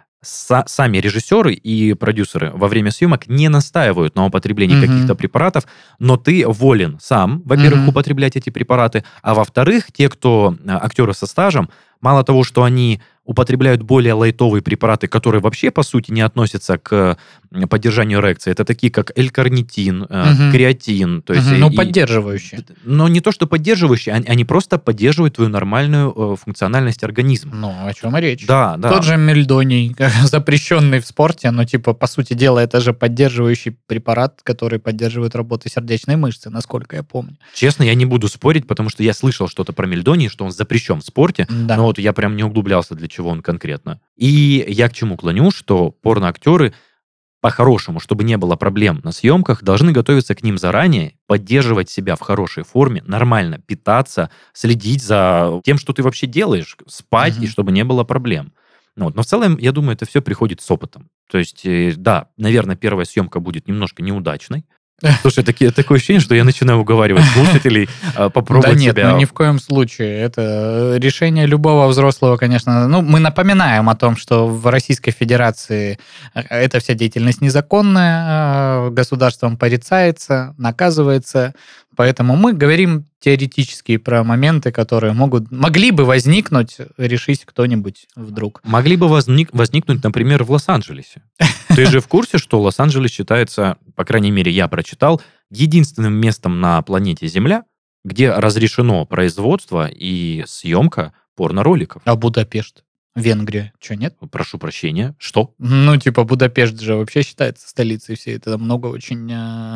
сами режиссеры и продюсеры во время съемок не настаивают на употреблении каких-то препаратов, но ты волен сам, во-первых, употреблять эти препараты, а во-вторых, те, кто актеры со стажем, мало того, что они употребляют более лайтовые препараты, которые вообще, по сути, не относятся к поддержанию эрекции. Это такие, как L-карнитин, креатин. То есть, ну, поддерживающие. Но не то, что поддерживающие, они просто поддерживают твою нормальную функциональность организма. Ну, о чем и речь. Да, да. Тот же мельдоний, запрещенный в спорте, но, типа, по сути дела, это же поддерживающий препарат, который поддерживает работу сердечной мышцы, насколько я помню. Честно, я не буду спорить, потому что я слышал что-то про мельдоний, что он запрещен в спорте, Да. но вот я прям не углублялся, для чего он конкретно. И я к чему клоню, что порноактеры по-хорошему, чтобы не было проблем на съемках, должны готовиться к ним заранее, поддерживать себя в хорошей форме, нормально питаться, следить за тем, что ты вообще делаешь, спать, и чтобы не было проблем. Ну, вот. Но в целом, я думаю, это все приходит с опытом. То есть, да, наверное, первая съемка будет немножко неудачной. Слушай, такое ощущение, что я начинаю уговаривать слушателей попробовать Да нет, себя. ну ни в коем случае. Это решение любого взрослого, конечно. Ну, мы напоминаем о том, что в Российской Федерации эта вся деятельность незаконная, государством порицается, наказывается. Поэтому мы говорим теоретически про моменты, которые могли бы возникнуть, решись кто-нибудь вдруг. Могли бы возникнуть, например, в Лос-Анджелесе. Ты же в курсе, что Лос-Анджелес считается, по крайней мере, я прочитал, единственным местом на планете Земля, где разрешено производство и съемка порнороликов. А Будапешт? Венгрия? Что, нет? Прошу прощения. Что? Ну, типа, Будапешт же вообще считается столицей всей. Это много очень,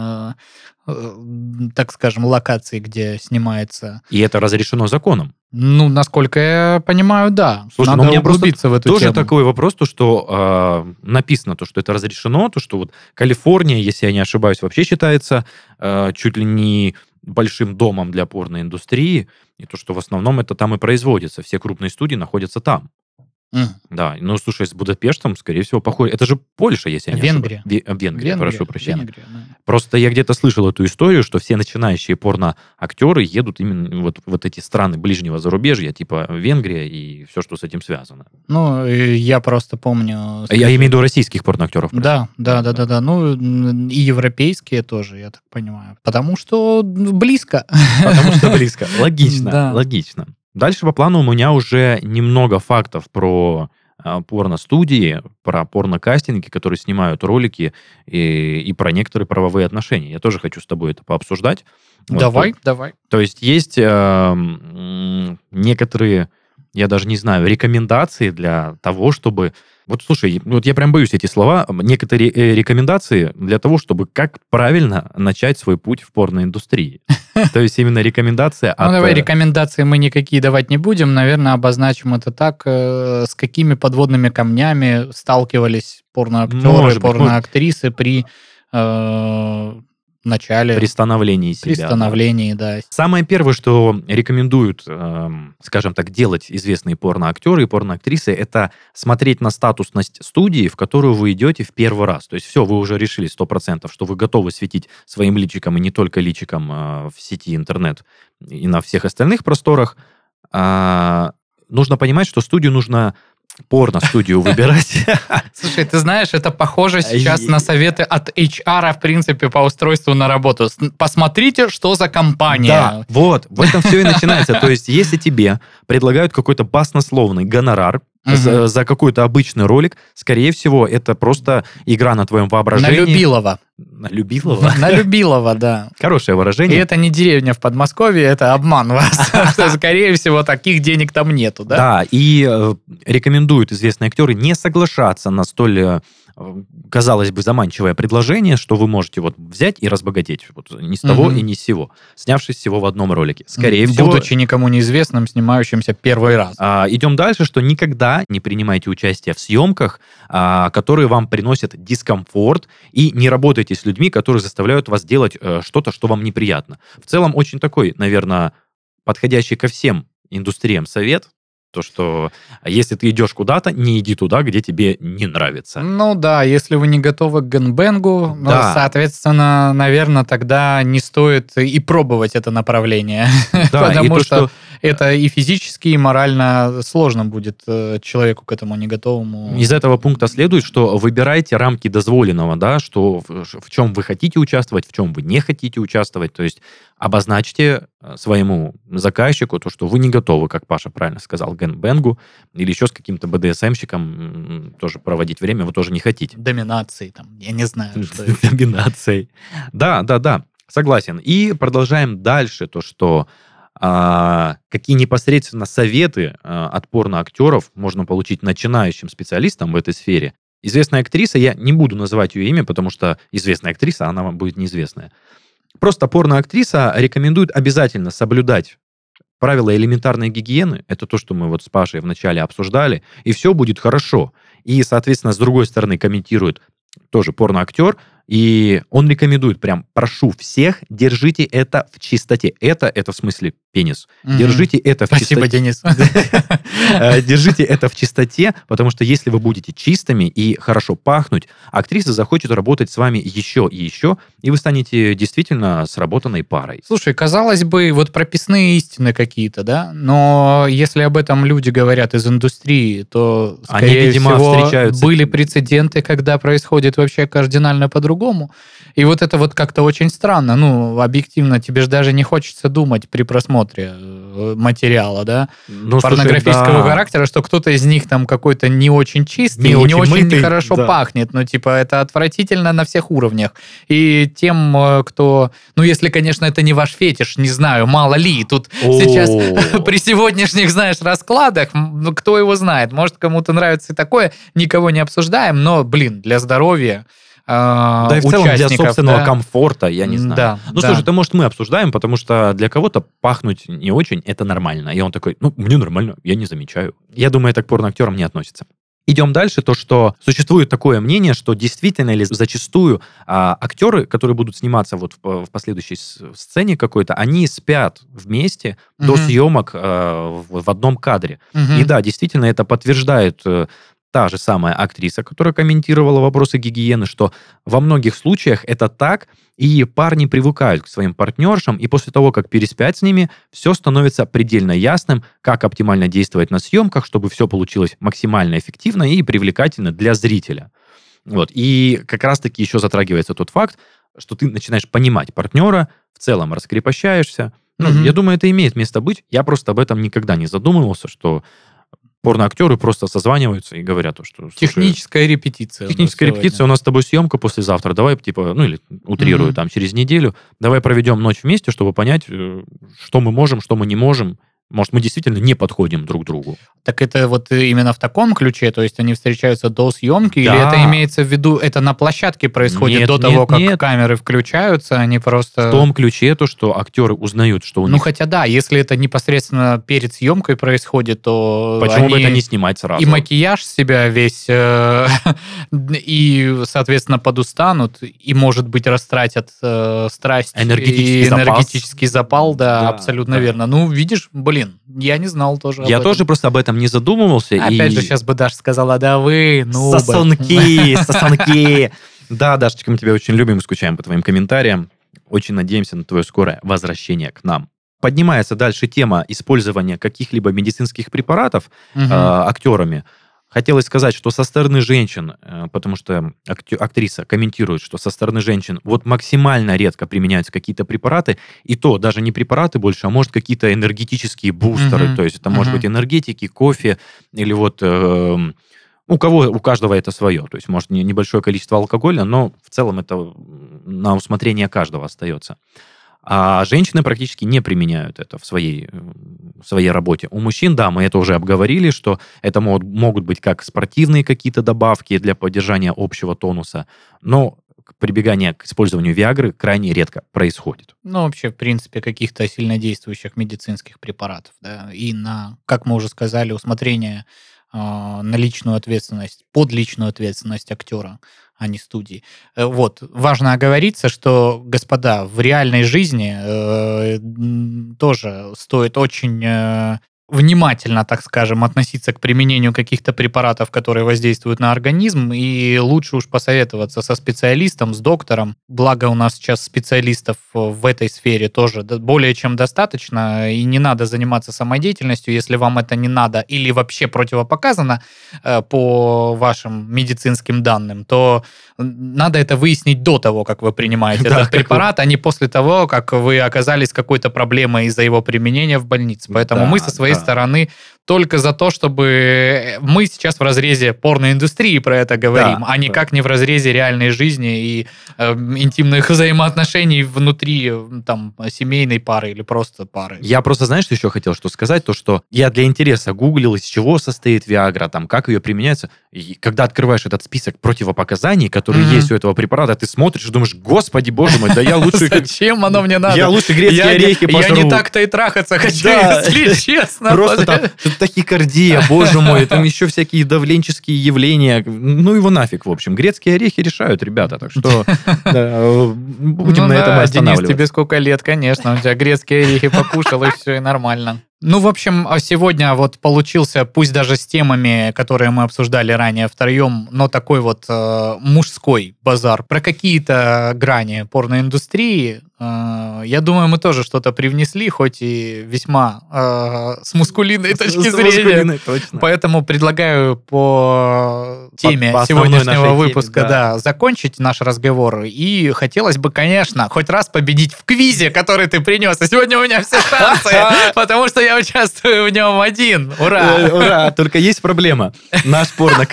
так скажем, локаций, где снимается. И это разрешено законом. Ну, насколько я понимаю, да. Слушай, Надо у меня просто углубиться в эту тоже тему. такой вопрос, то, что написано, то, что это разрешено, то, что вот Калифорния, если я не ошибаюсь, вообще считается чуть ли не большим домом для порноиндустрии, и то, что в основном это там и производится. Все крупные студии находятся там. Да, ну, слушай, с Будапештом, скорее всего, похоже. Это же Польша, если я не Венгрия. ошибаюсь. Венгрия, прошу прощения. Венгрия, да. Просто я где-то слышал эту историю, что все начинающие порноактеры едут именно вот эти страны ближнего зарубежья, типа Венгрия и все, что с этим связано. Ну, я просто помню... Я имею в виду российских порноактеров. Да. Ну, и европейские тоже, я так понимаю. Потому что близко. Потому что близко. Логично, Да. логично. Дальше по плану у меня уже немного фактов про порно-студии, про порно-кастинги, которые снимают ролики, и про некоторые правовые отношения. Я тоже хочу с тобой это пообсуждать. Давай. То есть некоторые, я даже не знаю, рекомендации для того, чтобы... Вот слушай, вот я прям боюсь эти слова. Некоторые рекомендации для того, чтобы как правильно начать свой путь в порноиндустрии. То есть именно рекомендация от... Ну, давай, рекомендации мы никакие давать не будем. Наверное, обозначим это так, с какими подводными камнями сталкивались порноактеры, порноактрисы при начале... При становлении себя. При становлении, да. Самое первое, что рекомендуют, скажем так, делать известные порноактеры и порноактрисы, это смотреть на статусность студии, в которую вы идете в первый раз. То есть все, вы уже решили 100%, что вы готовы светить своим личиком и не только личиком в сети интернет и на всех остальных просторах. Нужно понимать, что студию нужно... порно-студию выбирать. Слушай, ты знаешь, это похоже сейчас на советы от HR, в принципе, по устройству на работу. Посмотрите, что за компания. Да, вот, в этом все и начинается. То есть, если тебе предлагают какой-то баснословный гонорар за какой-то обычный ролик, скорее всего, это просто игра на твоем воображении. На Любилова. На Любилова? На Любилова, да. Хорошее выражение. И это не деревня в Подмосковье, это обман вас. Что, скорее всего, таких денег там нету, да? Да, и рекомендуют известные актеры не соглашаться на столь, казалось бы, заманчивое предложение, что вы можете вот взять и разбогатеть вот ни с того и ни с сего, снявшись всего в одном ролике. Скорее всего... Будучи никому неизвестным, снимающимся первый раз. Идем дальше, что никогда не принимайте участие в съемках, которые вам приносят дискомфорт, и не работайте с людьми, которые заставляют вас делать что-то, что вам неприятно. В целом, очень такой, наверное, подходящий ко всем индустриям совет, то, что если ты идешь куда-то, не иди туда, где тебе не нравится. Ну да, если вы не готовы к гэнбэнгу, Да. соответственно, наверное, тогда не стоит и пробовать это направление. Да, Потому что это и физически, и морально сложно будет человеку к этому не готовому. Из этого пункта следует, что выбирайте рамки дозволенного, да, что в чем вы хотите участвовать, в чем вы не хотите участвовать. То есть обозначьте своему заказчику то, что вы не готовы, как Паша правильно сказал, к гэнбэнгу или еще с каким-то БДСМщиком тоже проводить время вы тоже не хотите. Доминацией, там, я не знаю, что это. Доминацией. Да, согласен. И продолжаем дальше то, что какие непосредственно советы от порноактеров можно получить начинающим специалистам в этой сфере. Известная актриса, я не буду называть ее имя, потому что известная актриса, она вам будет неизвестная. Просто порноактриса рекомендует обязательно соблюдать правила элементарной гигиены. Это то, что мы вот с Пашей вначале обсуждали. И все будет хорошо. И, соответственно, с другой стороны комментирует тоже порноактер. И он рекомендует прям, прошу всех, держите это в чистоте. Это в смысле пенис. Держите это в чистоте. Спасибо, Денис. Держите это в чистоте, потому что если вы будете чистыми и хорошо пахнуть, актриса захочет работать с вами еще и еще, и вы станете действительно сработанной парой. Слушай, казалось бы, вот прописные истины какие-то, да? Но если об этом люди говорят из индустрии, то, скорее Они, видимо, всего, встречаются... были прецеденты, когда происходит вообще кардинально по-другому. И вот это вот как-то очень странно. Ну, объективно, тебе же даже не хочется думать при просмотре материала, да? Ну, порнографического характера, что кто-то из них там какой-то не очень чистый, не очень мытый, хорошо пахнет. Ну, типа, это отвратительно на всех уровнях. И тем, кто... Ну, если, конечно, это не ваш фетиш, не знаю, мало ли. Тут сейчас при сегодняшних, знаешь, раскладах, ну, кто его знает. Может, кому-то нравится и такое, никого не обсуждаем, но, блин, для здоровья да и в целом для собственного комфорта, я не знаю. Да, слушай, это, может, мы обсуждаем, потому что для кого-то пахнуть не очень, это нормально. И он такой, ну, мне нормально, я не замечаю. Я думаю, это к порноактерам не относится. Идем дальше, то, что существует такое мнение, что действительно или зачастую актеры, которые будут сниматься вот в последующей сцене какой-то, они спят вместе до съемок в одном кадре. И да, действительно, это подтверждает та же самая актриса, которая комментировала вопросы гигиены, что во многих случаях это так, и парни привыкают к своим партнершам, и после того, как переспят с ними, все становится предельно ясным, как оптимально действовать на съемках, чтобы все получилось максимально эффективно и привлекательно для зрителя. Вот. И как раз-таки еще затрагивается тот факт, что ты начинаешь понимать партнера, в целом раскрепощаешься. Я думаю, это имеет место быть. Я просто об этом никогда не задумывался, что порноактеры просто созваниваются и говорят, что... Техническая репетиция. Техническая репетиция, у нас с тобой съемка послезавтра, давай, или утрирую, там, через неделю, давай проведем ночь вместе, чтобы понять, что мы можем, что мы не можем. Может, мы действительно не подходим друг другу. Так это вот именно в таком ключе, то есть они встречаются до съемки, Да. или это имеется в виду, это на площадке происходит до того, как камеры включаются, они просто... В том ключе то, что актеры узнают, что у них... хотя да, если это непосредственно перед съемкой происходит, то Почему бы это не снимать сразу? И макияж себя весь, и, соответственно, подустанут, и, может быть, растратят страсть энергетический запал, да, абсолютно верно. Видишь, я не знал тоже об этом. Я тоже просто об этом не задумывался. Опять же, сейчас бы Даша сказала, да вы, Сосунки. Да, Дашечка, мы тебя очень любим и скучаем по твоим комментариям. Очень надеемся на твое скорое возвращение к нам. Поднимается дальше тема использования каких-либо медицинских препаратов актерами. Хотелось сказать, что со стороны женщин, потому что актриса комментирует, что со стороны женщин вот максимально редко применяются какие-то препараты, и то даже не препараты больше, а может какие-то энергетические бустеры, то есть это может быть энергетики, кофе, или вот у каждого это свое, то есть может небольшое количество алкоголя, но в целом это на усмотрение каждого остается. А женщины практически не применяют это в своей работе. У мужчин, да, мы это уже обговорили, что это могут быть как спортивные какие-то добавки для поддержания общего тонуса, но прибегание к использованию Виагры крайне редко происходит. Вообще, в принципе, каких-то сильнодействующих медицинских препаратов, да, и как мы уже сказали, усмотрение на личную ответственность, под личную ответственность актера, а не студии. Вот. Важно оговориться, что, господа, в реальной жизни тоже стоит очень внимательно, так скажем, относиться к применению каких-то препаратов, которые воздействуют на организм, и лучше уж посоветоваться со специалистом, с доктором. Благо у нас сейчас специалистов в этой сфере тоже более чем достаточно, и не надо заниматься самодеятельностью, если вам это не надо или вообще противопоказано по вашим медицинским данным, то надо это выяснить до того, как вы принимаете этот препарат, а не после того, как вы оказались с какой-то проблемой из-за его применения в больнице. Поэтому мы со своей стороны только за то, чтобы мы сейчас в разрезе порноиндустрии про это говорим, а никак не в разрезе реальной жизни и интимных взаимоотношений внутри семейной пары или просто пары. Я просто, знаешь, что еще хотел сказать? То, что я для интереса гуглил, из чего состоит Виагра, как ее применяется. И когда открываешь этот список противопоказаний, которые есть у этого препарата, ты смотришь и думаешь, господи, боже мой, да я лучше... Зачем оно мне надо? Я лучше грецкие орехи пожру. Я не так-то и трахаться хочу, если честно. Просто там тахикардия, боже мой, там еще всякие давленческие явления. Его нафиг, в общем. Грецкие орехи решают, ребята, так что будем на этом останавливаться. Денис, тебе сколько лет, конечно, у тебя грецкие орехи покушал, и все, и нормально. В общем, сегодня вот получился, пусть даже с темами, которые мы обсуждали ранее втроем, но такой вот мужской базар про какие-то грани порноиндустрии. Я думаю, мы тоже что-то привнесли, хоть и весьма с мускулинной точки зрения. Поэтому предлагаю по теме сегодняшнего выпуска закончить наш разговор. И хотелось бы, конечно, хоть раз победить в квизе, который ты принес. И сегодня у меня все шансы, потому что я участвую в нем один. Ура! Ура! Только есть проблема. Наш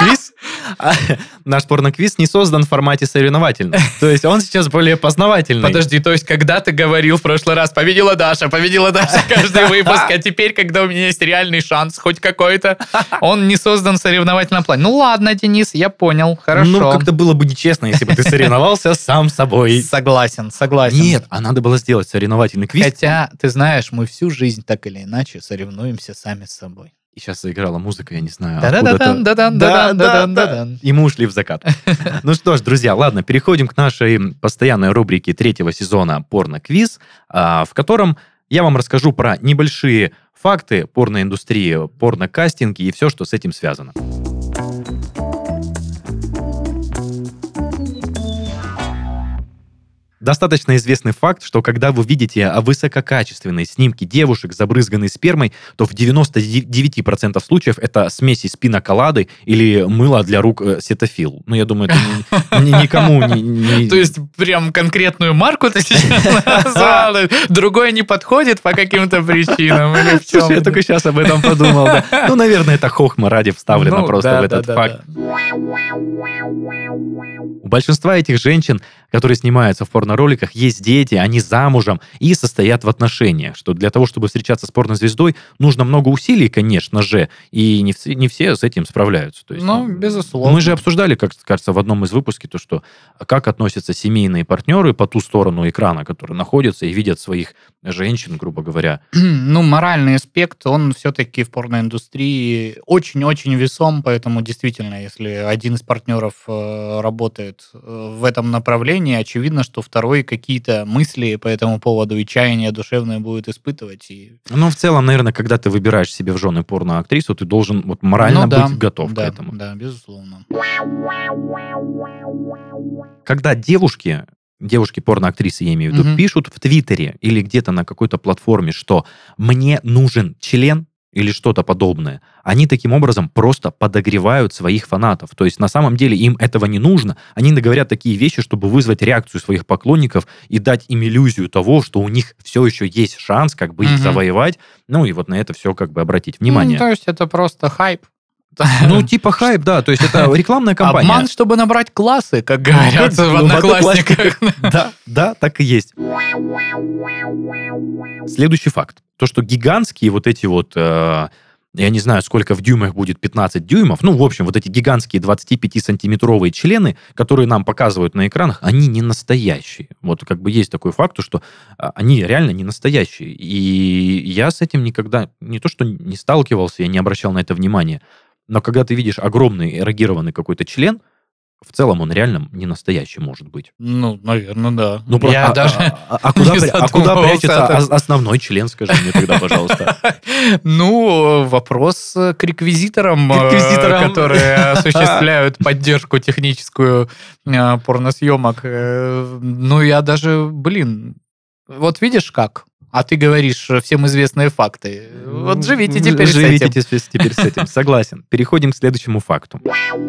порноквиз не создан в формате соревновательном. То есть он сейчас более познавательный. Подожди, то есть когда ты говорил в прошлый раз, победила Даша каждый выпуск, а теперь, когда у меня есть реальный шанс хоть какой-то, он не создан в соревновательном плане. Ну ладно, Денис, я понял, хорошо. Как-то было бы нечестно, если бы ты соревновался сам собой. Согласен. Нет, а надо было сделать соревновательный квиз. Хотя, ты знаешь, мы всю жизнь так или иначе соревнуемся сами с собой. И сейчас заиграла музыка, я не знаю, Да-да-да-дан, откуда-то. да-дан, Да, да-дан, да, да-дан, да. да-дан. И мы ушли в закат. Ну что ж, друзья, ладно, переходим к нашей постоянной рубрике 3-го сезона «Порно-квиз», в котором я вам расскажу про небольшие факты порноиндустрии, порнокастинги и все, что с этим связано. Достаточно известный факт, что когда вы видите высококачественные снимки девушек, забрызганные спермой, то в 99% случаев это смесь из пиноколады или мыла для рук Сетафил. Ну, я думаю, это никому не... То есть прям конкретную марку ты сейчас назвал, другое не подходит по каким-то причинам или в чем? Слушай, я только сейчас об этом подумал. Да. Ну, наверное, это хохма ради вставлено просто в этот факт. У большинства этих женщин, которые снимаются в порнороликах, есть дети, они замужем и состоят в отношениях, что для того, чтобы встречаться с порнозвездой, нужно много усилий, конечно же, и не все с этим справляются. То есть, Ну, безусловно. Мы же обсуждали, как кажется, в одном из выпусков, то, что как относятся семейные партнеры по ту сторону экрана, которые находятся и видят своих женщин, грубо говоря. Ну, моральный аспект, он все-таки в порноиндустрии очень-очень весом, поэтому действительно, если один из партнеров работает в этом направлении, очевидно, что второй какие-то мысли по этому поводу и чаяния душевное будет испытывать. Ну, в целом, наверное, когда ты выбираешь себе в жены порноактрису, ты должен вот морально быть готов к этому. Да, безусловно. Когда девушки порноактрисы, я имею в виду, пишут в Твиттере или где-то на какой-то платформе, что «мне нужен член», или что-то подобное, они таким образом просто подогревают своих фанатов. То есть на самом деле им этого не нужно. Они говорят такие вещи, чтобы вызвать реакцию своих поклонников и дать им иллюзию того, что у них все еще есть шанс как бы их завоевать. Ну и вот на это все как бы обратить внимание. Ну, то есть это просто хайп. Ну, типа хайп, да. То есть это рекламная кампания. Обман, чтобы набрать классы, как говорят в Одноклассниках. Да, так и есть. Следующий факт. То, что гигантские вот эти вот, я не знаю, сколько в дюймах будет, 15 дюймов, ну, в общем, вот эти гигантские 25-сантиметровые члены, которые нам показывают на экранах, они не настоящие. Вот как бы есть такой факт, что они реально не настоящие. И я с этим никогда не то, что не сталкивался, я не обращал на это внимания, но когда ты видишь огромный эрогированный какой-то член, в целом он реально не настоящий может быть. Ну, наверное, да. Ну, Я даже куда прячется основной член, скажи мне тогда, пожалуйста. Ну, вопрос к реквизиторам, которые осуществляют поддержку техническую порносъемок. Ну, я даже, вот видишь как? А ты говоришь всем известные факты. Вот живите теперь с этим. Живите теперь с этим, согласен. Переходим к следующему факту.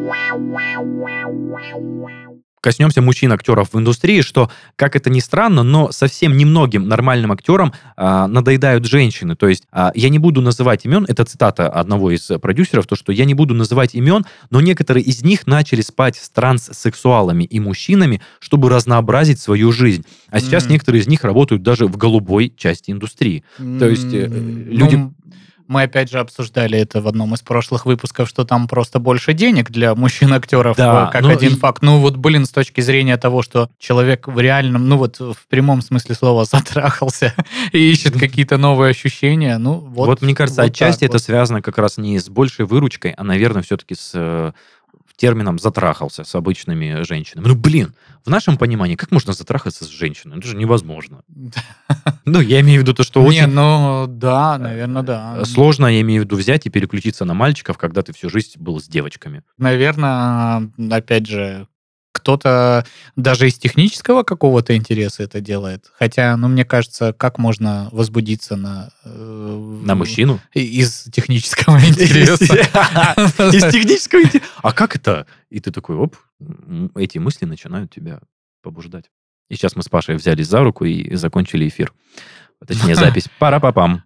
Коснемся мужчин-актеров в индустрии, что, как это ни странно, но совсем немногим нормальным актерам надоедают женщины. То есть я не буду называть имен, это цитата одного из продюсеров, то, что я не буду называть имен, но некоторые из них начали спать с транссексуалами и мужчинами, чтобы разнообразить свою жизнь. А сейчас некоторые из них работают даже в голубой части индустрии. То есть люди... Мы опять же обсуждали это в одном из прошлых выпусков, что там просто больше денег для мужчин-актеров, да, как один факт. Ну вот, с точки зрения того, что человек в реальном, ну вот в прямом смысле слова затрахался и ищет какие-то новые ощущения, ну вот. Вот мне кажется, отчасти это связано как раз не с большей выручкой, а, наверное, все-таки с термином «затрахался» с обычными женщинами. Ну, в нашем понимании, как можно затрахаться с женщиной? Это же невозможно. Ну, я имею в виду то, что очень... Не, ну, да, наверное, да. Сложно, я имею в виду, взять и переключиться на мальчиков, когда ты всю жизнь был с девочками. Наверное, опять же, кто-то даже из технического какого-то интереса это делает. Хотя, ну, мне кажется, как можно возбудиться на мужчину? Из технического интереса. Из технического интереса? А как это? И ты такой, эти мысли начинают тебя побуждать. И сейчас мы с Пашей взялись за руку и закончили эфир. Точнее, запись. Пара-па-пам.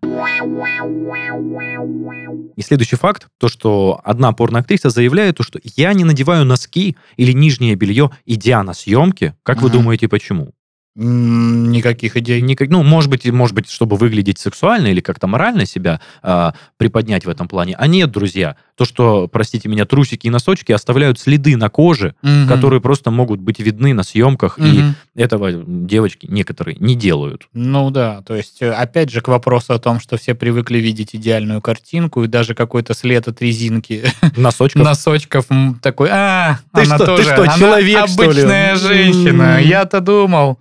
И следующий факт, то, что одна порноактриса заявляет, что я не надеваю носки или нижнее белье, идя на съемки. Как вы думаете, почему? Никаких идей. Ну, может быть, чтобы выглядеть сексуально или как-то морально себя приподнять в этом плане. А нет, друзья, то, что, простите меня, трусики и носочки оставляют следы на коже, которые просто могут быть видны на съемках, и этого девочки некоторые не делают. Ну да, то есть, опять же, к вопросу о том, что все привыкли видеть идеальную картинку, и даже какой-то след от резинки носочков такой, она тоже, она человек, обычная женщина, я-то думал.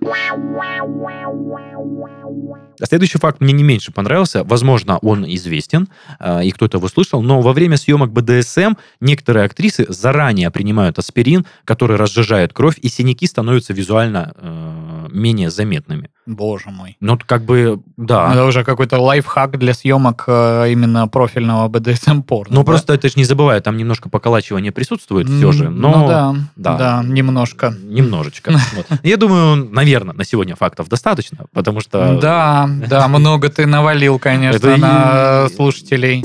Следующий факт мне не меньше понравился. Возможно, он известен, и кто-то его слышал, но во время съемок БДСМ некоторые актрисы заранее принимают аспирин, который разжижает кровь, и синяки становятся визуально менее заметными. Боже мой. Ну, как бы, да. Это уже какой-то лайфхак для съемок именно профильного БДСМ-порно. Ну, просто это же не забывай, там немножко поколачивания присутствует все же. Но, да, немножко. Немножечко. Я думаю, наверное, на сегодня фактов достаточно, потому что... Да, много ты навалил, конечно, на слушателей.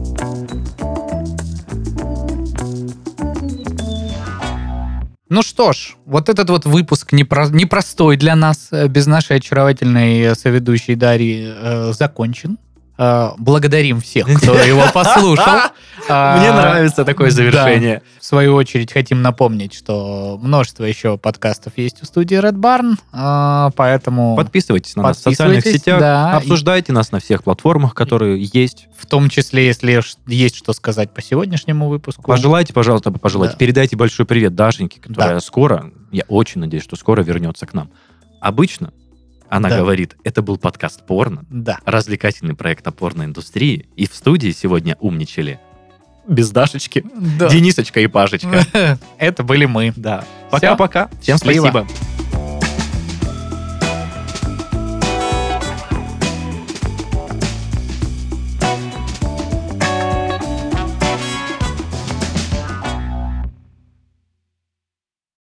Ну что ж, вот этот вот выпуск непростой для нас, без нашей очаровательной соведущей Дарьи, закончен. Благодарим всех, кто его послушал. Мне нравится такое завершение. В свою очередь хотим напомнить, что множество еще подкастов есть у студии Red Barn, поэтому... Подписывайтесь на нас в социальных сетях, обсуждайте нас на всех платформах, которые есть. В том числе, если есть что сказать по сегодняшнему выпуску. Пожелайте, пожалуйста, передайте большой привет Дашеньке, которая скоро, я очень надеюсь, что скоро вернется к нам. Обычно она говорит, это был подкаст «Порно», развлекательный проект о порноиндустрии, и в студии сегодня умничали без Дашечки, Денисочка и Пашечка. Это были мы. Пока-пока. Всем спасибо.